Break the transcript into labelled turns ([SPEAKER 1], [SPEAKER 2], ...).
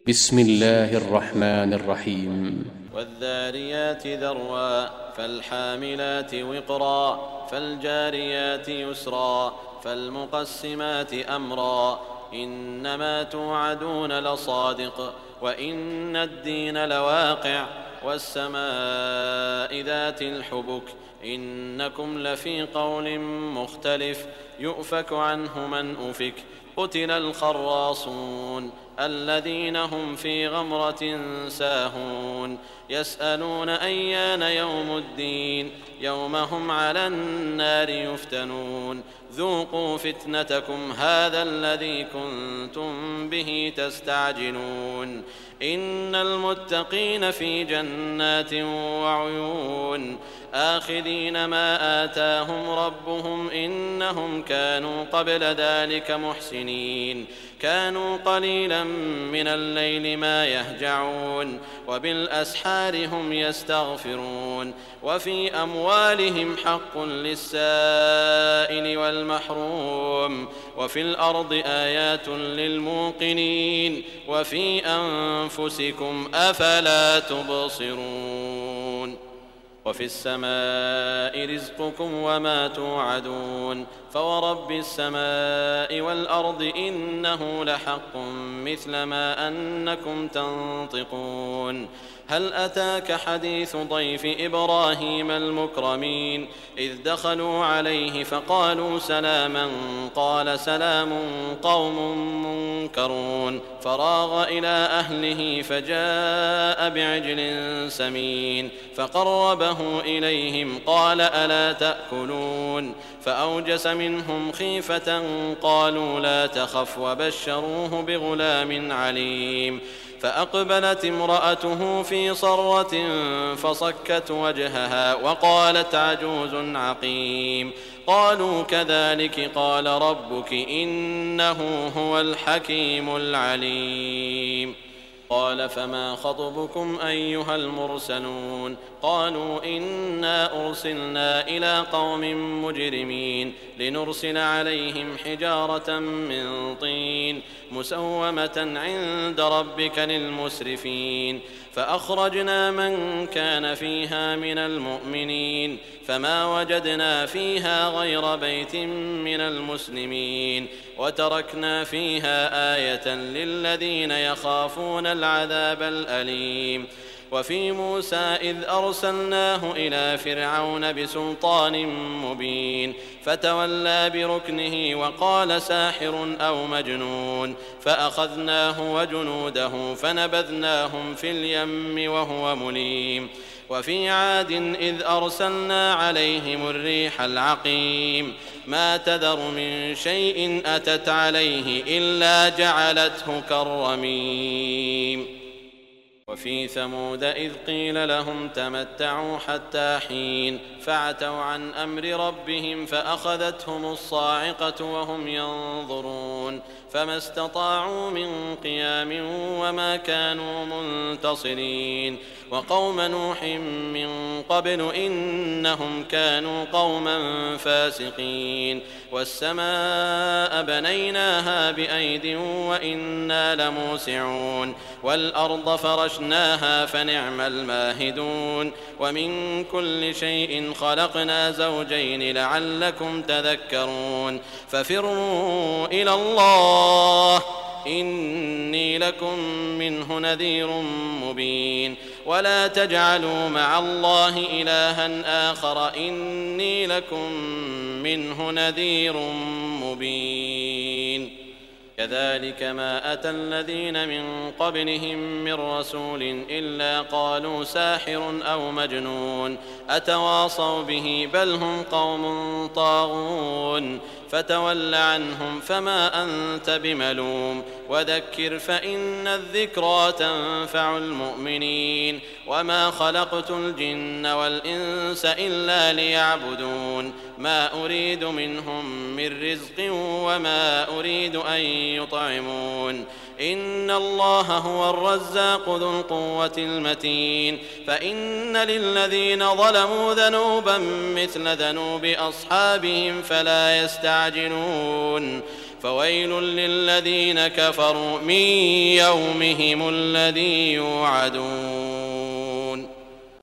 [SPEAKER 1] بسم الله الرحمن الرحيم.
[SPEAKER 2] والذاريات ذروا فالحاملات وقرا فالجاريات يسرا فالمقسمات أمرا إنما توعدون لصادق وإن الدين لواقع والسماء ذات الحبك إنكم لفي قول مختلف يؤفك عنه من أفك قتل الخراصون الذين هم في غمرة ساهون يسألون أيان يوم الدين يوم هم على النار يفتنون ذوقوا فتنتكم هذا الذي كنتم به تستعجلون إن المتقين في جنات وعيون آخذين ما آتاهم ربهم إنهم كانوا قبل ذلك محسنين كانوا قليلا من الليل ما يهجعون وبالأسحار هم يستغفرون وفي أموالهم حق للسائل والمحروم وفي الأرض آيات للموقنين وفي أنفسكم أفلا تبصرون وفي السماء رزقكم وما توعدون فورب السماء والأرض إنه لحق مثل ما أنكم تنطقون هل أتاك حديث ضيف إبراهيم المكرمين إذ دخلوا عليه فقالوا سلاما قال سلام قوم منكرون فراغ إلى أهله فجاء بعجل سمين فقربه إليهم قال ألا تأكلون فأوجس منهم خيفة قالوا لا تخف وبشروه بغلام عليم فأقبلت امرأته في صرة فصكت وجهها وقالت عجوز عقيم قالوا كذلك قال ربك إنه هو الحكيم العليم قال فما خطبكم أيها المرسلون قالوا إنا أرسلنا إلى قوم مجرمين لنرسل عليهم حجارة من طين مسومة عند ربك للمسرفين فأخرجنا من كان فيها من المؤمنين فما وجدنا فيها غير بيت من المسلمين وتركنا فيها آية للذين يخافون العذاب الأليم وفي موسى إذ أرسلناه إلى فرعون بسلطان مبين فتولى بركنه وقال ساحر أو مجنون فأخذناه وجنوده فنبذناهم في اليم وهو مليم وفي عاد إذ أرسلنا عليهم الريح العقيم ما تذر من شيء أتت عليه إلا جعلته كالرميم وفي ثمود إذ قيل لهم تمتعوا حتى حين فعتوا عن أمر ربهم فأخذتهم الصاعقة وهم ينظرون فما استطاعوا من قيام وما كانوا منتصرين وقوم نوح من قبل إنهم كانوا قوما فاسقين والسماء بنيناها بأيد وإنا لموسعون والأرض فرشناها فنعم الماهدون ومن كل شيء خلقنا زوجين لعلكم تذكرون ففروا إلى الله إني لكم منه نذير مبين ولا تجعلوا مع الله إلها آخر إني لكم منه نذير مبين كذلك ما أتى الذين من قبلهم من رسول إلا قالوا ساحر أو مجنون أتواصوا به بل هم قوم طاغون فتول عنهم فما أنت بملوم وذكر فإن الذكرى تنفع المؤمنين وما خلقت الجن والإنس إلا ليعبدون ما أريد منهم من رزق وما أريد أن يطعمون إن الله هو الرزاق ذو القوة المتين فإن للذين ظلموا ذنوبا مثل ذنوب أصحابهم فلا يستعجلون فويل للذين كفروا من يومهم الذي يوعدون.